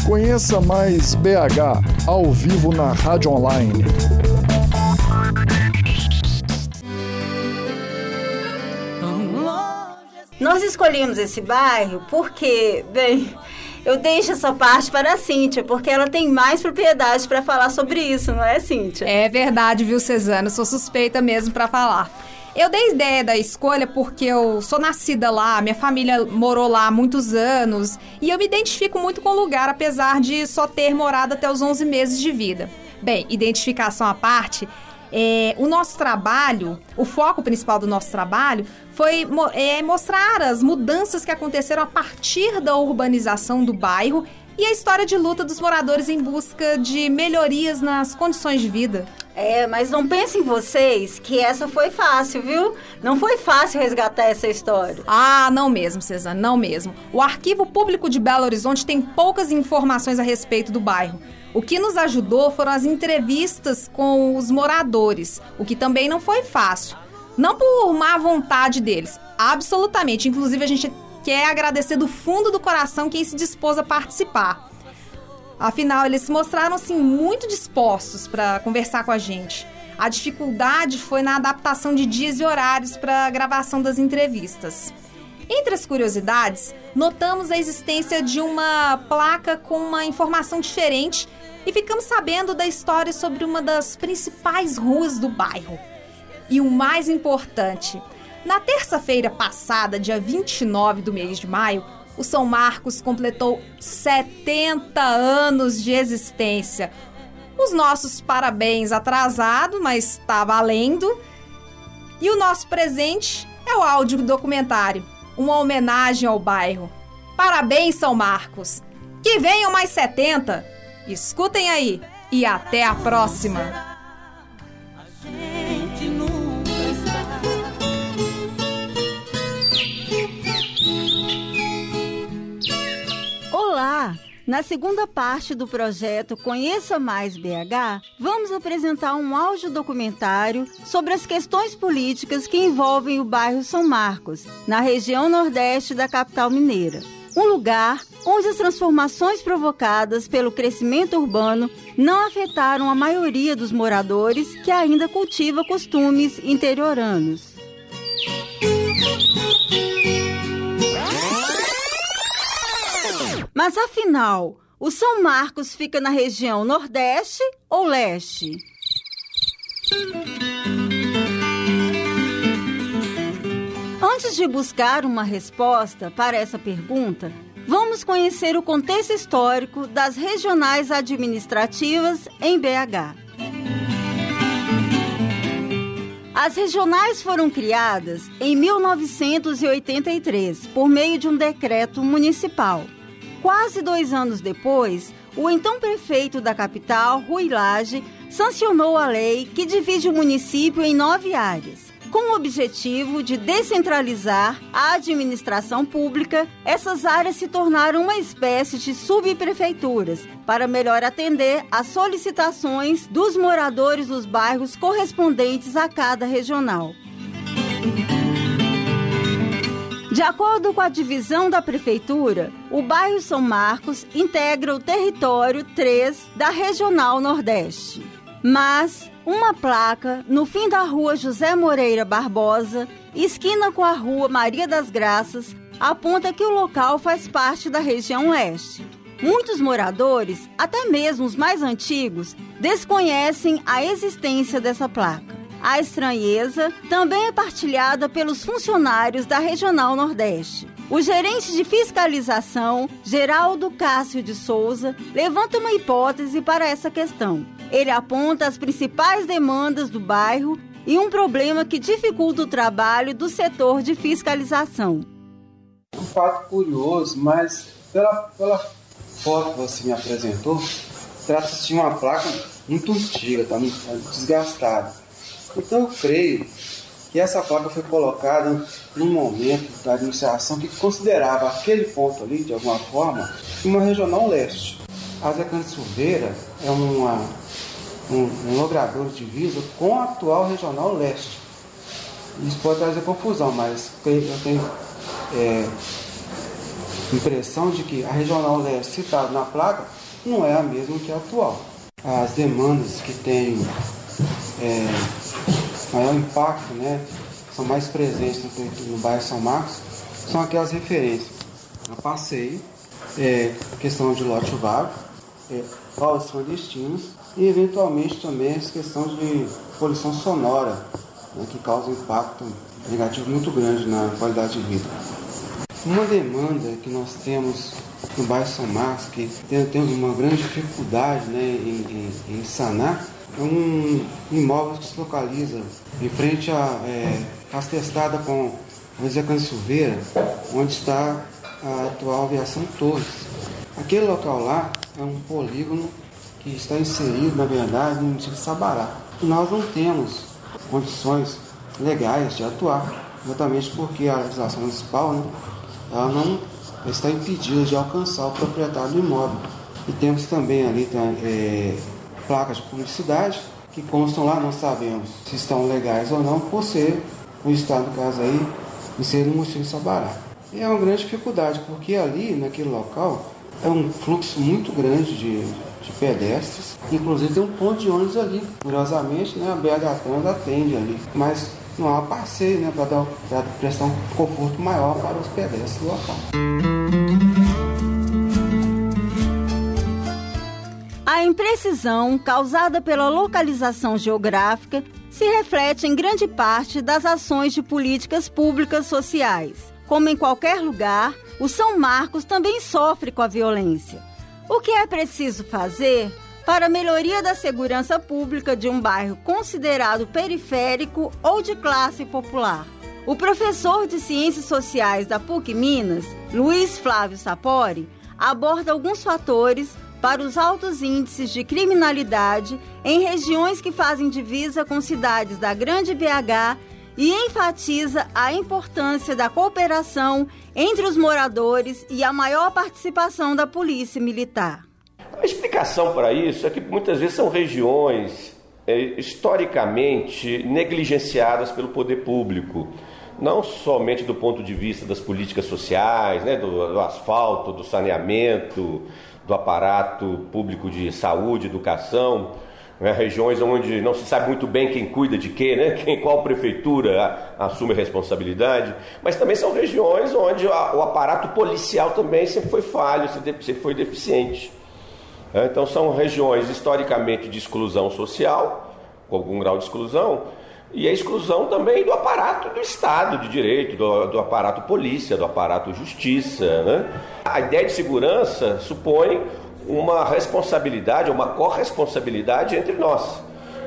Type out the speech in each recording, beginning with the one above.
Conheça mais BH, ao vivo na Rádio Online. Nós escolhemos esse bairro porque, bem, eu deixo essa parte para a Cíntia, porque ela tem mais propriedade para falar sobre isso, não é, Cíntia? É verdade, viu, Cezana? Eu sou suspeita mesmo para falar. Eu dei ideia da escolha porque eu sou nascida lá, minha família morou lá há muitos anos e eu me identifico muito com o lugar, apesar de só ter morado até os 11 meses de vida. Bem, identificação à parte, o nosso trabalho, o foco principal do nosso trabalho foi mostrar as mudanças que aconteceram a partir da urbanização do bairro e a história de luta dos moradores em busca de melhorias nas condições de vida. Mas não pensem vocês que essa foi fácil, viu? Não foi fácil resgatar essa história. Ah, não mesmo, Cezana, não mesmo. O Arquivo Público de Belo Horizonte tem poucas informações a respeito do bairro. O que nos ajudou foram as entrevistas com os moradores, o que também não foi fácil. Não por má vontade deles, absolutamente. Inclusive, a gente quer agradecer do fundo do coração quem se dispôs a participar. Afinal, eles se mostraram, assim, muito dispostos para conversar com a gente. A dificuldade foi na adaptação de dias e horários para a gravação das entrevistas. Entre as curiosidades, notamos a existência de uma placa com uma informação diferente e ficamos sabendo da história sobre uma das principais ruas do bairro. E o mais importante, na terça-feira passada, dia 29 do mês de maio, o São Marcos completou 70 anos de existência. Os nossos parabéns atrasado, mas está valendo. E o nosso presente é o áudio documentário, uma homenagem ao bairro. Parabéns, São Marcos! Que venham mais 70! Escutem aí e até a próxima! Olá! Na segunda parte do projeto Conheça Mais BH, vamos apresentar um áudio-documentário sobre as questões políticas que envolvem o bairro São Marcos, na região nordeste da capital mineira. Um lugar onde as transformações provocadas pelo crescimento urbano não afetaram a maioria dos moradores que ainda cultiva costumes interioranos. Mas afinal, o São Marcos fica na região Nordeste ou Leste? Antes de buscar uma resposta para essa pergunta, vamos conhecer o contexto histórico das regionais administrativas em BH. As regionais foram criadas em 1983 por meio de um decreto municipal. Quase 2 anos depois, o então prefeito da capital, Rui Lage, sancionou a lei que divide o município em 9 áreas. Com o objetivo de descentralizar a administração pública, essas áreas se tornaram uma espécie de subprefeituras para melhor atender às solicitações dos moradores dos bairros correspondentes a cada regional. De acordo com a divisão da prefeitura, o bairro São Marcos integra o território 3 da Regional Nordeste. Mas uma placa no fim da rua José Moreira Barbosa, esquina com a rua Maria das Graças, aponta que o local faz parte da região leste. Muitos moradores, até mesmo os mais antigos, desconhecem a existência dessa placa. A estranheza também é partilhada pelos funcionários da Regional Nordeste. O gerente de fiscalização, Geraldo Cássio de Souza, levanta uma hipótese para essa questão. Ele aponta as principais demandas do bairro e um problema que dificulta o trabalho do setor de fiscalização. Um fato curioso, mas pela foto que você me apresentou, trata-se de uma placa muito antiga, está muito desgastada. Então eu creio que essa placa foi colocada num momento da administração que considerava aquele ponto ali, de alguma forma, uma regional leste. A Zé Cândido Silveira é um logrador de divisa com a atual regional leste. Isso pode trazer confusão, mas eu tenho impressão de que a Regional Leste citada na placa não é a mesma que a atual. As demandas que têm maior impacto, né, são mais presentes no bairro São Marcos, são aquelas referências a passeio, questão de lote vago, aulas clandestinos e eventualmente também essa questão de poluição sonora, né, que causa um impacto negativo muito grande na qualidade de vida. Uma demanda que nós temos no bairro São Marcos, que temos uma grande dificuldade, né, em sanar, é um imóvel que se localiza em frente à Casa Testada com a Zé Silveira, onde está a atual Aviação Torres. Aquele local lá é um polígono que está inserido, na verdade, no município de Sabará. E nós não temos condições legais de atuar, exatamente porque a legislação municipal, né, ela não está impedida de alcançar o proprietário do imóvel. E temos também ali placas de publicidade que constam lá, não sabemos se estão legais ou não, por ser o estado, no caso aí, inserido no município de Sabará. E é uma grande dificuldade, porque ali, naquele local, é um fluxo muito grande de pedestres, inclusive tem um ponto de ônibus ali. Curiosamente, né, a BH Trans atende ali, mas não há passeio, né, para prestar um conforto maior para os pedestres do local. A imprecisão causada pela localização geográfica se reflete em grande parte das ações de políticas públicas sociais. Como em qualquer lugar, o São Marcos também sofre com a violência. O que é preciso fazer para a melhoria da segurança pública de um bairro considerado periférico ou de classe popular? O professor de Ciências Sociais da PUC Minas, Luiz Flávio Sapori, aborda alguns fatores para os altos índices de criminalidade em regiões que fazem divisa com cidades da Grande BH e enfatiza a importância da cooperação entre os moradores e a maior participação da polícia militar. A explicação para isso é que muitas vezes são regiões historicamente negligenciadas pelo poder público, não somente do ponto de vista das políticas sociais, né, do asfalto, do saneamento, do aparato público de saúde, educação, né, regiões onde não se sabe muito bem quem cuida de quê, né, qual prefeitura assume a responsabilidade, mas também são regiões onde o aparato policial também sempre foi falho, sempre foi deficiente. Então são regiões historicamente de exclusão social, com algum grau de exclusão, e a exclusão também do aparato do Estado de Direito, do aparato polícia, do aparato justiça, né? A ideia de segurança supõe uma responsabilidade, uma corresponsabilidade entre nós.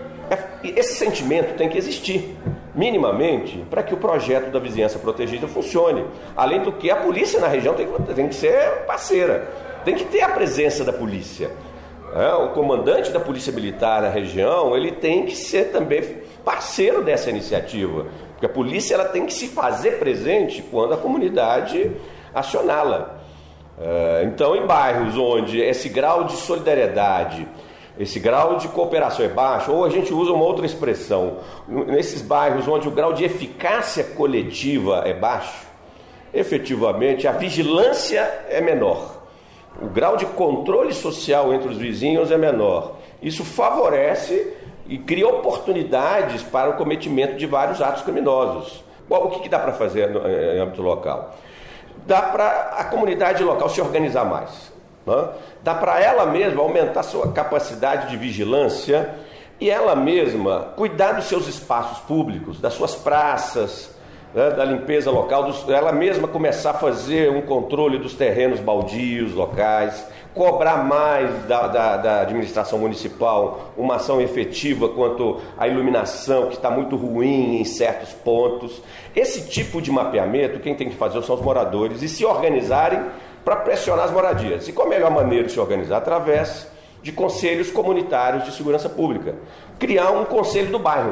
Esse sentimento tem que existir, minimamente, para que o projeto da vizinhança protegida funcione. Além do que, a polícia na região tem que ser parceira, tem que ter a presença da polícia. O comandante da Polícia Militar na região, ele tem que ser também parceiro dessa iniciativa, porque a polícia ela tem que se fazer presente quando a comunidade acioná-la. Então, em bairros onde esse grau de solidariedade, esse grau de cooperação é baixo, ou a gente usa uma outra expressão, nesses bairros onde o grau de eficácia coletiva é baixo, efetivamente a vigilância é menor. O grau de controle social entre os vizinhos é menor. Isso favorece e cria oportunidades para o cometimento de vários atos criminosos. O que dá para fazer em âmbito local? Dá para a comunidade local se organizar mais, né? Dá para ela mesma aumentar sua capacidade de vigilância e ela mesma cuidar dos seus espaços públicos, das suas praças, né, da limpeza local, ela mesma começar a fazer um controle dos terrenos baldios locais, cobrar mais da administração municipal uma ação efetiva quanto à iluminação, que está muito ruim em certos pontos. Esse tipo de mapeamento, quem tem que fazer são os moradores e se organizarem para pressionar as moradias. E qual a melhor maneira de se organizar? Através de conselhos comunitários de segurança pública. Criar um conselho do bairro.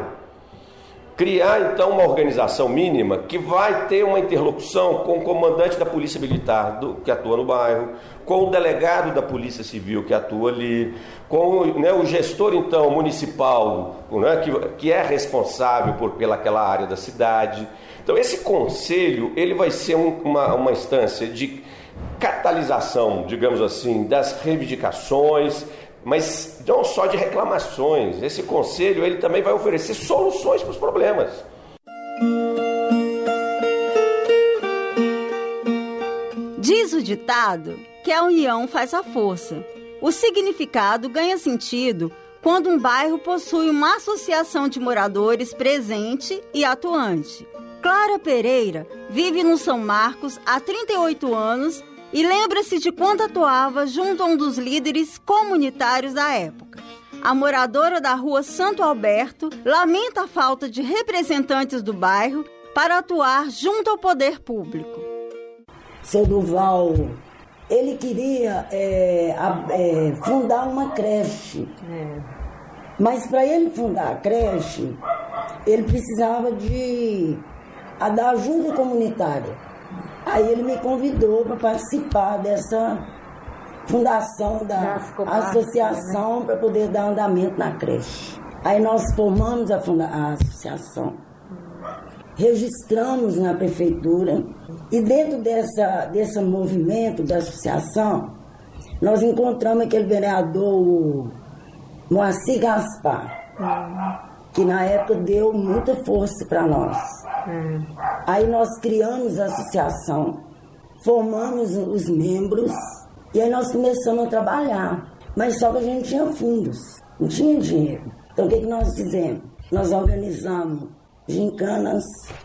Criar, então, uma organização mínima que vai ter uma interlocução com o comandante da Polícia Militar que atua no bairro, com o delegado da Polícia Civil que atua ali, com o gestor, então, municipal, né, que é responsável pelaquela área da cidade. Então, esse conselho ele vai ser uma instância de catalisação, digamos assim, das reivindicações, mas não só de reclamações. Esse conselho ele também vai oferecer soluções para os problemas. Diz o ditado que a união faz a força. O significado ganha sentido quando um bairro possui uma associação de moradores presente e atuante. Clara Pereira vive no São Marcos há 38 anos e lembra-se de quando atuava junto a um dos líderes comunitários da época. A moradora da rua Santo Alberto lamenta a falta de representantes do bairro para atuar junto ao poder público. Seu Duval, ele queria fundar uma creche. Mas para ele fundar a creche, ele precisava da ajuda comunitária. Aí ele me convidou para participar dessa fundação da associação, para poder dar andamento na creche. Aí nós formamos a associação, registramos na prefeitura e dentro desse movimento da associação, nós encontramos aquele vereador Moacir Gaspar, que na época deu muita força para nós. Aí nós criamos a associação, formamos os membros e aí nós começamos a trabalhar. Mas só que a gente não tinha fundos, não tinha dinheiro. Então o que nós fizemos? Nós organizamos gincanas,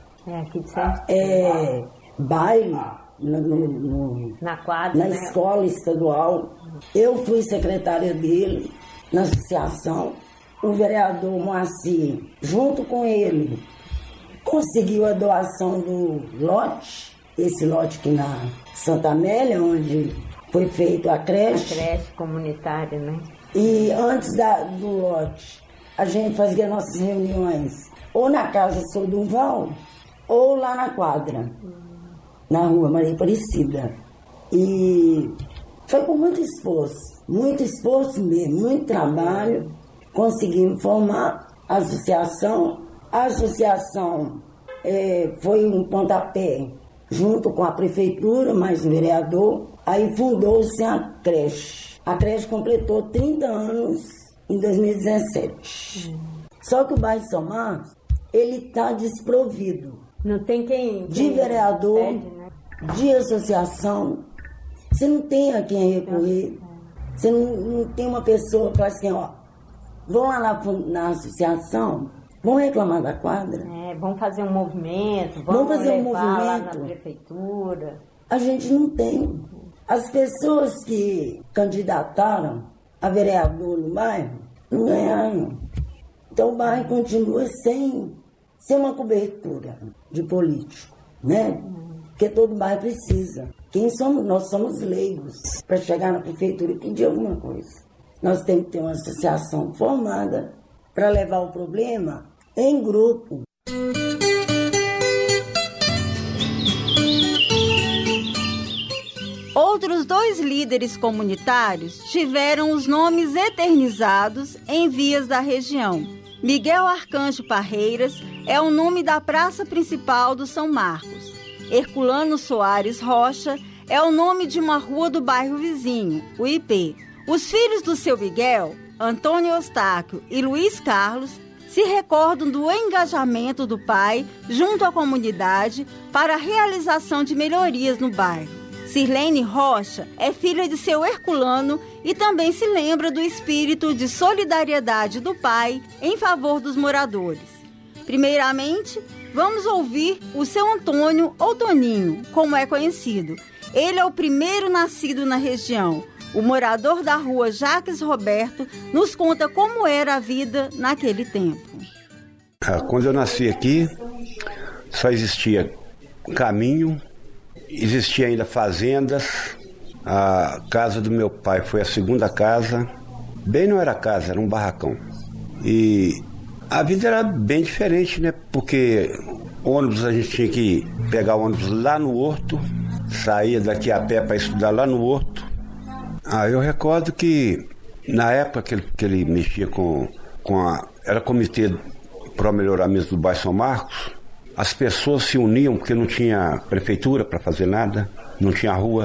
baile na quadra, na escola estadual. Eu fui secretária dele na associação. O vereador Moacir, junto com ele, conseguiu a doação do lote, esse lote aqui na Santa Amélia, onde foi feita a creche. A creche comunitária, né? E antes do lote, a gente fazia nossas reuniões ou na casa Sou Duval ou lá na quadra, na rua Maria Aparecida. E foi com muito esforço mesmo, muito trabalho. Conseguimos formar a associação. A associação foi um pontapé junto com a prefeitura, mais o vereador. Aí fundou-se a creche. A creche completou 30 anos em 2017. Só que o bairro de São Marcos, ele está desprovido. Não tem quem de vereador, pede, né? De associação. Você não tem a quem recorrer. Você não tem uma pessoa que fala assim, vão lá na associação, vão reclamar da quadra. Vão fazer um movimento, vão fazer um movimento lá na prefeitura. A gente não tem. As pessoas que candidataram a vereador no bairro não ganharam. Então o bairro continua sem uma cobertura de político, né? Porque todo bairro precisa. Nós somos leigos para chegar na prefeitura e pedir alguma coisa. Nós temos que ter uma associação formada para levar o problema em grupo. Outros 2 líderes comunitários tiveram os nomes eternizados em vias da região. Miguel Arcanjo Parreiras é o nome da praça principal do São Marcos. Herculano Soares Rocha é o nome de uma rua do bairro vizinho, o IP. Os filhos do seu Miguel, Antônio Eustáquio e Luiz Carlos, se recordam do engajamento do pai junto à comunidade para a realização de melhorias no bairro. Sirlene Rocha é filha de seu Herculano e também se lembra do espírito de solidariedade do pai em favor dos moradores. Primeiramente, vamos ouvir o seu Antônio, ou Toninho, como é conhecido. Ele é o primeiro nascido na região. O morador da rua Jacques Roberto nos conta como era a vida naquele tempo. Quando eu nasci aqui, só existia caminho, existia ainda fazendas. A casa do meu pai foi a segunda casa. Bem não era casa, era um barracão. E a vida era bem diferente, né? Porque ônibus, a gente tinha que pegar o ônibus lá no Horto, saía daqui a pé para estudar lá no Horto. Eu recordo que na época que ele mexia era comitê para o melhoramento do bairro São Marcos, as pessoas se uniam porque não tinha prefeitura para fazer nada, não tinha rua,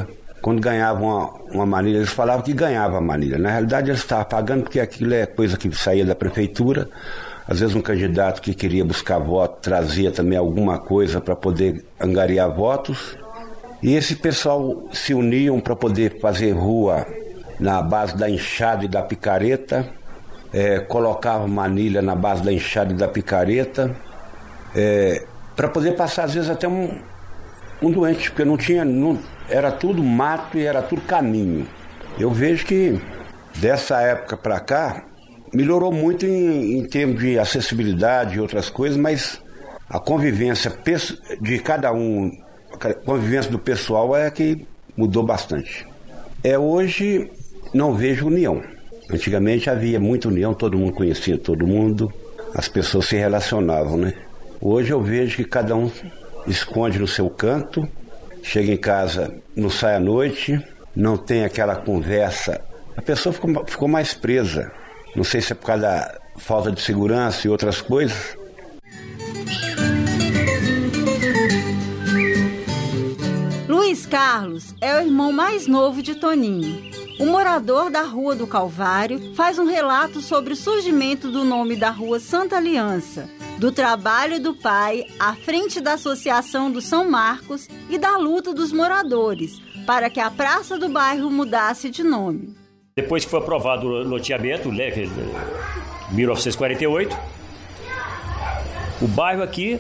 quando ganhavam uma manilha, eles falavam que ganhava a manilha. Na realidade, eles estavam pagando porque aquilo é coisa que saía da prefeitura. Às vezes um candidato que queria buscar voto trazia também alguma coisa para poder angariar votos. E esse pessoal se uniam para poder fazer rua na base da enxada e da picareta, colocava manilha na base da enxada e da picareta, para poder passar às vezes até um doente, porque era tudo mato e era tudo caminho. Eu vejo que dessa época para cá melhorou muito em termos de acessibilidade e outras coisas, mas a convivência de cada um, a convivência do pessoal é que mudou bastante. Hoje não vejo união. Antigamente havia muita união, todo mundo conhecia todo mundo, as pessoas se relacionavam, né? Hoje eu vejo que cada um esconde no seu canto, chega em casa, não sai à noite, não tem aquela conversa. A pessoa ficou mais presa. Não sei se é por causa da falta de segurança e outras coisas. Luiz Carlos é o irmão mais novo de Toninho. O morador da Rua do Calvário faz um relato sobre o surgimento do nome da Rua Santa Aliança, do trabalho do pai à frente da Associação do São Marcos e da luta dos moradores para que a praça do bairro mudasse de nome. Depois que foi aprovado o loteamento, né, em 1948, o bairro aqui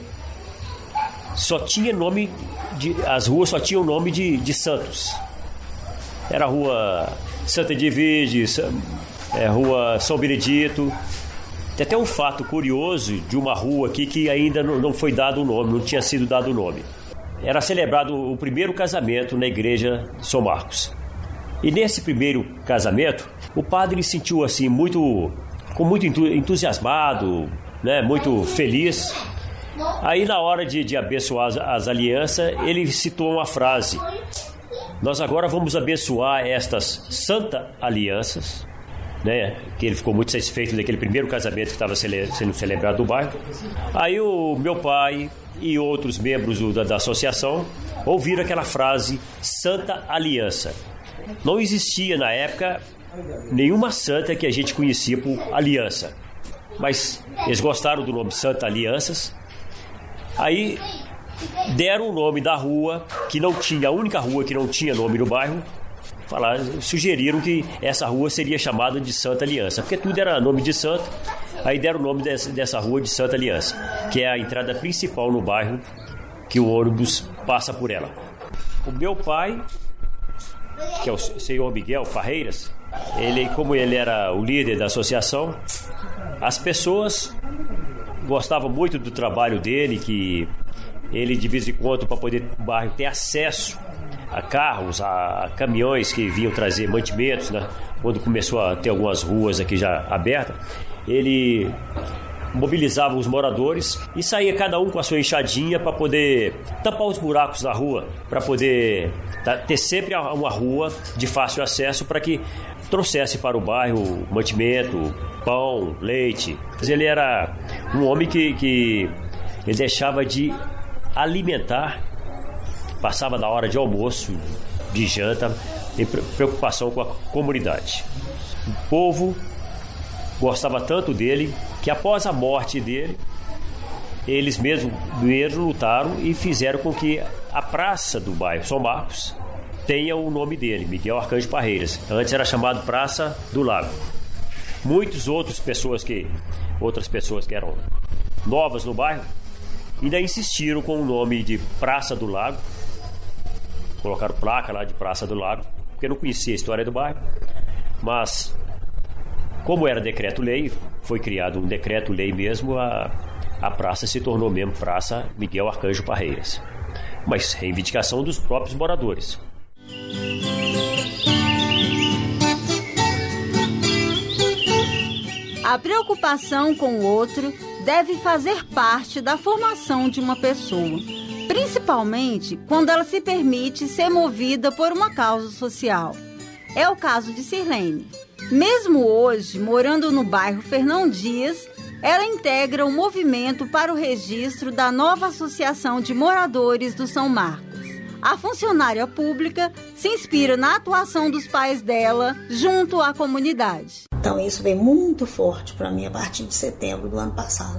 só tinha nome as ruas só tinham nome de santos. Era a Rua Santa Edvige, Rua São Benedito. Tem até um fato curioso de uma rua aqui que ainda não foi dado o nome, não tinha sido dado o nome. Era celebrado o primeiro casamento na igreja de São Marcos. E nesse primeiro casamento, o padre se sentiu assim muito entusiasmado, né, muito feliz. Aí na hora de abençoar as alianças, ele citou uma frase: nós agora vamos abençoar estas santa alianças, né? Que ele ficou muito satisfeito daquele primeiro casamento que estava sendo celebrado no bairro. Aí o meu pai e outros membros da associação ouviram aquela frase Santa Aliança. Não existia na época nenhuma santa que a gente conhecia por aliança, mas eles gostaram do nome Santa Alianças. Aí deram o nome da rua, que não tinha, a única rua que não tinha nome no bairro. Sugeriram que essa rua seria chamada de Santa Aliança, porque tudo era nome de santo. Aí deram o nome dessa rua de Santa Aliança, que é a entrada principal no bairro, que o ônibus passa por ela. O meu pai, que é o senhor Miguel Parreiras, como ele era o líder da associação, as pessoas gostavam muito do trabalho dele, que ele de vez em quando, para poder o bairro ter acesso a carros, a caminhões que vinham trazer mantimentos, né? Quando começou a ter algumas ruas aqui já abertas, ele mobilizava os moradores e saía cada um com a sua enxadinha para poder tampar os buracos da rua, para poder ter sempre uma rua de fácil acesso para que trouxesse para o bairro mantimento, pão, leite. Ele era um homem que ele deixava de alimentar, passava da hora de almoço, de janta, em preocupação com a comunidade. O povo gostava tanto dele que após a morte dele, eles mesmos lutaram e fizeram com que a praça do bairro São Marcos tenha o nome dele, Miguel Arcanjo Parreiras. Antes era chamado Praça do Lago. Outras pessoas que eram novas no bairro ainda insistiram com o nome de Praça do Lago. Colocaram placa lá de Praça do Lago, porque não conhecia a história do bairro. Mas, como era decreto-lei, foi criado um decreto-lei mesmo, a praça se tornou mesmo Praça Miguel Arcanjo Parreiras. Mas reivindicação dos próprios moradores. A preocupação com o outro deve fazer parte da formação de uma pessoa, principalmente quando ela se permite ser movida por uma causa social. É o caso de Sirlene. Mesmo hoje, morando no bairro Fernão Dias, ela integra o movimento para o registro da nova Associação de Moradores do São Marcos. A funcionária pública se inspira na atuação dos pais dela junto à comunidade. Então isso veio muito forte para mim a partir de setembro do ano passado.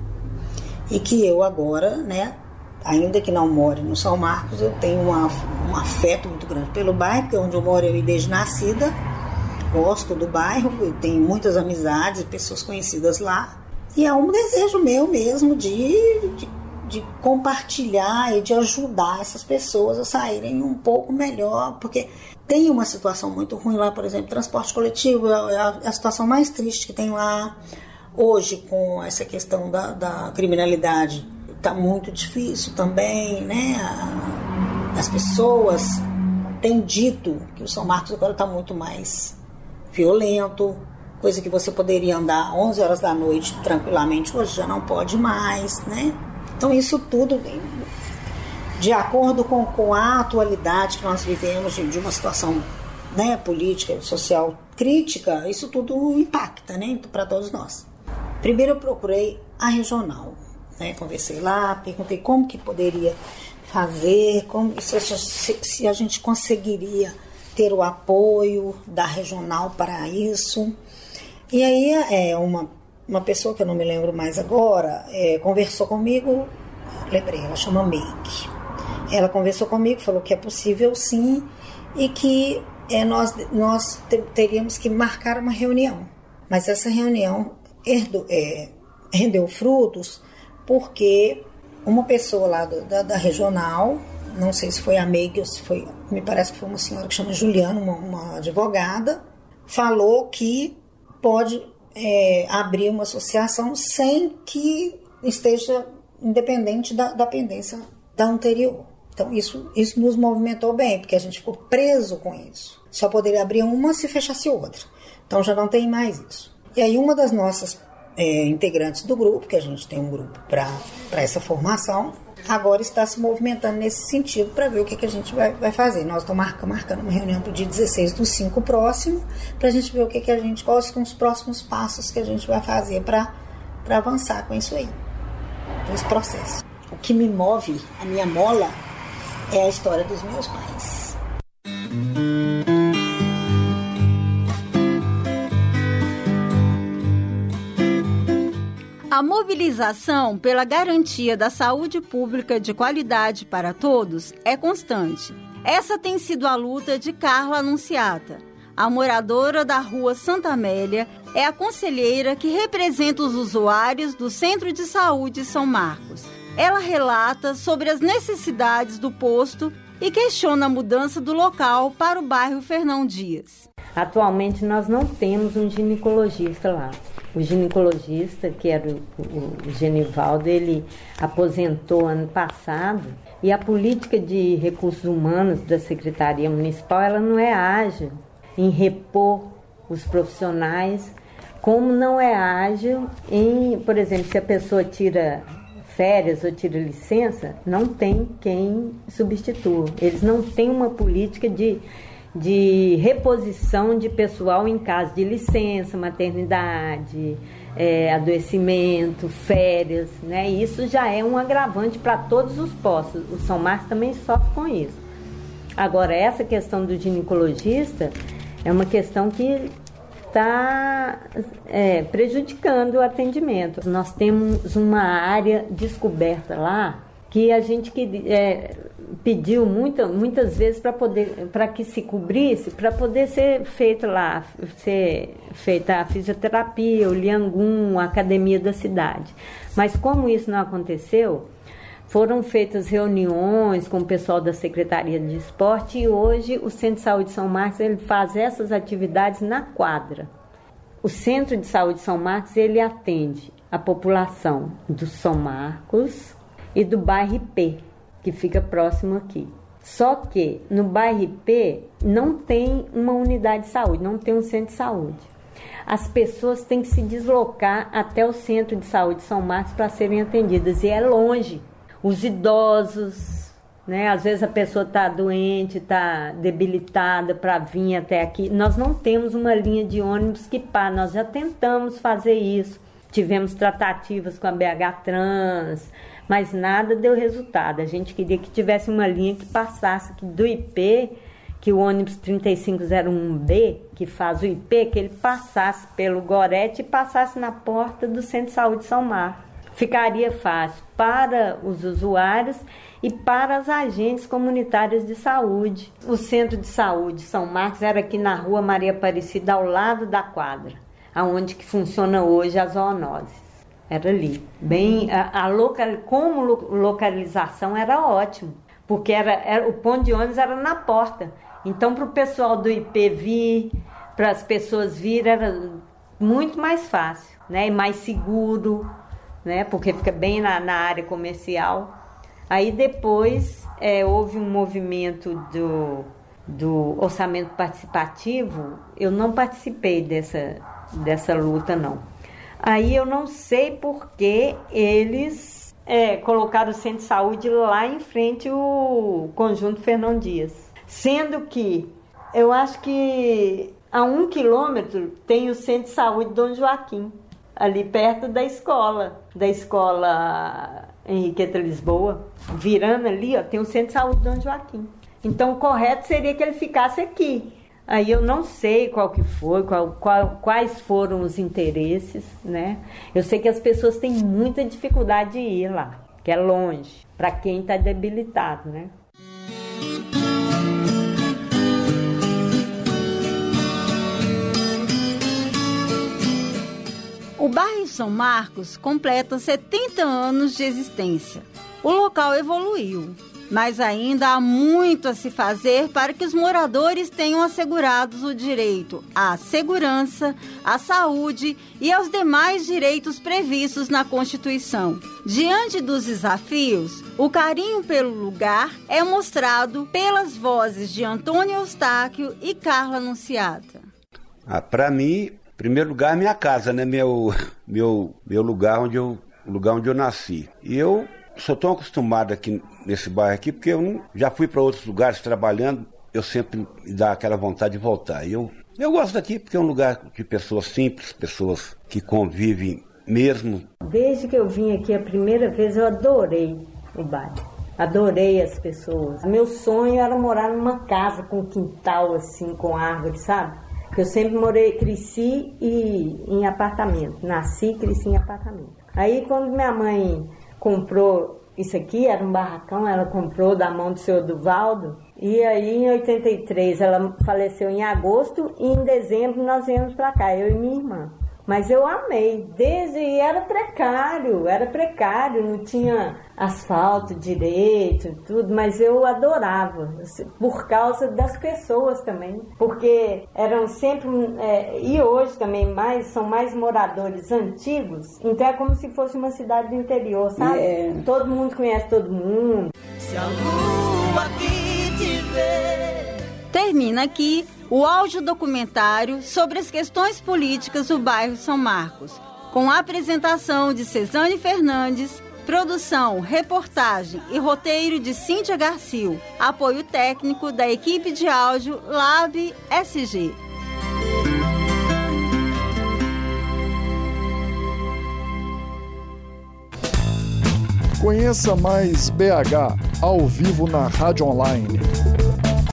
E que eu agora, né, ainda que não more no São Marcos, eu tenho um afeto muito grande pelo bairro, porque é onde eu moro desde nascida. Gosto do bairro, eu tenho muitas amizades e pessoas conhecidas lá. E é um desejo meu mesmo de compartilhar e de ajudar essas pessoas a saírem um pouco melhor, porque tem uma situação muito ruim lá, por exemplo, transporte coletivo, é a situação mais triste que tem lá. Hoje, com essa questão da criminalidade, está muito difícil também, né? As pessoas têm dito que o São Marcos agora está muito mais violento, coisa que você poderia andar 11 horas da noite tranquilamente, hoje já não pode mais, né? Então isso tudo, de acordo com a atualidade que nós vivemos, de uma situação, né, política, social crítica, isso tudo impacta, né, para todos nós. Primeiro eu procurei a regional, né, conversei lá, perguntei como que poderia fazer, se a gente conseguiria ter o apoio da regional para isso. E aí uma pessoa que eu não me lembro mais agora conversou comigo, lembrei, ela chama Make. Ela conversou comigo, falou que é possível sim e que nós teríamos que marcar uma reunião. Mas essa reunião rendeu frutos porque uma pessoa lá da regional, não sei se foi a Meg ou se foi, me parece que foi uma senhora que chama Juliana, uma advogada, falou que pode abrir uma associação sem que esteja independente da pendência da anterior. Então isso nos movimentou bem, porque a gente ficou preso com isso. Só poderia abrir uma se fechasse outra. Então já não tem mais isso. E aí uma das nossas integrantes do grupo, que a gente tem um grupo para essa formação, agora está se movimentando nesse sentido para ver o que a gente vai fazer. Nós estamos marcando uma reunião para o dia 16/5 próximo, para a gente ver quais são os próximos passos que a gente vai fazer para avançar com isso aí, com esse processo. O que me move, a minha mola, é a história dos meus pais. A mobilização pela garantia da saúde pública de qualidade para todos é constante. Essa tem sido a luta de Carla Anunciata. A moradora da Rua Santa Amélia é a conselheira que representa os usuários do Centro de Saúde São Marcos. Ela relata sobre as necessidades do posto e questiona a mudança do local para o bairro Fernão Dias. Atualmente nós não temos um ginecologista lá. O ginecologista, que era o Genivaldo, ele aposentou ano passado e a política de recursos humanos da Secretaria Municipal ela não é ágil em repor os profissionais, como não é ágil em, por exemplo, se a pessoa tira férias ou tira licença, não tem quem substitua. Eles não têm uma política de reposição de pessoal em caso de licença, maternidade, adoecimento, férias, né? Isso já é um agravante para todos os postos. O São Marcos também sofre com isso. Agora, essa questão do ginecologista é uma questão que está prejudicando o atendimento. Nós temos uma área descoberta lá que a gente pediu muitas vezes para que se cobrisse, para poder ser feita a fisioterapia, o Liangum, a academia da cidade. Mas como isso não aconteceu, foram feitas reuniões com o pessoal da Secretaria de Esporte e hoje o Centro de Saúde São Marcos ele faz essas atividades na quadra. O Centro de Saúde São Marcos ele atende a população do São Marcos e do bairro IP, que fica próximo aqui. Só que no bairro IP não tem uma unidade de saúde, não tem um centro de saúde. As pessoas têm que se deslocar até o Centro de Saúde São Marcos para serem atendidas, e é longe. Os idosos, né? Às vezes a pessoa está doente, está debilitada para vir até aqui. Nós não temos uma linha de ônibus que para. Nós já tentamos fazer isso. Tivemos tratativas com a BH Trans, mas nada deu resultado. A gente queria que tivesse uma linha que passasse do IP, que o ônibus 3501B, que faz o IP, que ele passasse pelo Gorete e passasse na porta do Centro de Saúde São Marcos. Ficaria fácil para os usuários e para as agentes comunitárias de saúde. O Centro de Saúde São Marcos era aqui na Rua Maria Aparecida, ao lado da quadra, aonde que funciona hoje a zoonose. Era ali. Bem, como localização era ótimo, porque o ponto de ônibus era na porta. Então, para o pessoal do IP vir, para as pessoas virem, era muito mais fácil, né? E mais seguro, né? Porque fica bem na área comercial. Aí depois houve um movimento do orçamento participativo. Eu não participei dessa luta, não. Aí eu não sei por que eles colocaram o centro de saúde lá em frente ao Conjunto Fernão Dias. Sendo que eu acho que a 1 quilômetro tem o Centro de Saúde Dom Joaquim, ali perto da escola Henriqueta Lisboa. Virando ali, ó, tem o Centro de Saúde Dom Joaquim. Então o correto seria que ele ficasse aqui. Aí eu não sei qual que foi, quais foram os interesses, né? Eu sei que as pessoas têm muita dificuldade de ir lá, que é longe, para quem está debilitado, né? O bairro São Marcos completa 70 anos de existência. O local evoluiu, mas ainda há muito a se fazer para que os moradores tenham assegurados o direito à segurança, à saúde e aos demais direitos previstos na Constituição. Diante dos desafios, o carinho pelo lugar é mostrado pelas vozes de Antônio Eustáquio e Carla Anunciata. Para mim, em primeiro lugar, é minha casa, né? Meu lugar onde eu nasci. E eu sou tão acostumado aqui nesse bairro aqui, porque eu já fui para outros lugares trabalhando, eu sempre me dá aquela vontade de voltar. Eu gosto daqui porque é um lugar de pessoas simples, pessoas que convivem mesmo. Desde que eu vim aqui a primeira vez, eu adorei o bairro. Adorei as pessoas. Meu sonho era morar numa casa com quintal assim, com árvore, sabe? Eu sempre cresci em apartamento. Nasci e cresci em apartamento. Aí quando minha mãe comprou isso aqui, era um barracão, ela comprou da mão do senhor Duvaldo. E aí em 83 ela faleceu em agosto e em dezembro nós viemos para cá, eu e minha irmã. Mas eu amei, era precário, não tinha asfalto direito, tudo, mas eu adorava, por causa das pessoas também, porque eram sempre, e hoje também são mais moradores antigos, então é como se fosse uma cidade do interior, sabe? Todo mundo conhece todo mundo. Se a lua aqui te ver. Termina aqui o audiodocumentário sobre as questões políticas do bairro São Marcos, com a apresentação de Cezane Fernandes, produção, reportagem e roteiro de Cíntia Garcio, apoio técnico da equipe de áudio Lab SG. Conheça mais BH ao vivo na Rádio Online.